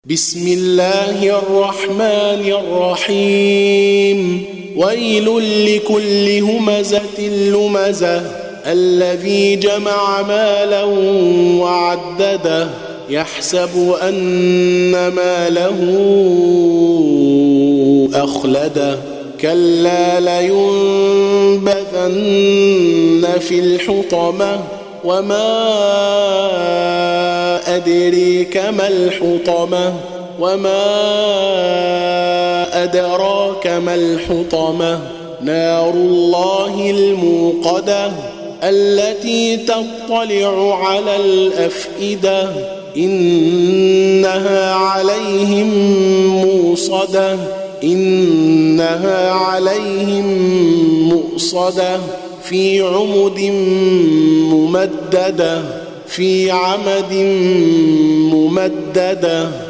بسم الله الرحمن الرحيم ويل لكل همزة لمزة الذي جمع مالا وعدده يحسب أن ماله أخلده كلا لينبذن في الحطمة وما أدريك ما الحطمة وما أدراك ما الحطمة نار الله الموقدة التي تطلع على الأفئدة إنها عليهم موصدة إنها عليهم مؤصدة في عمد ممددة في عمد ممددة.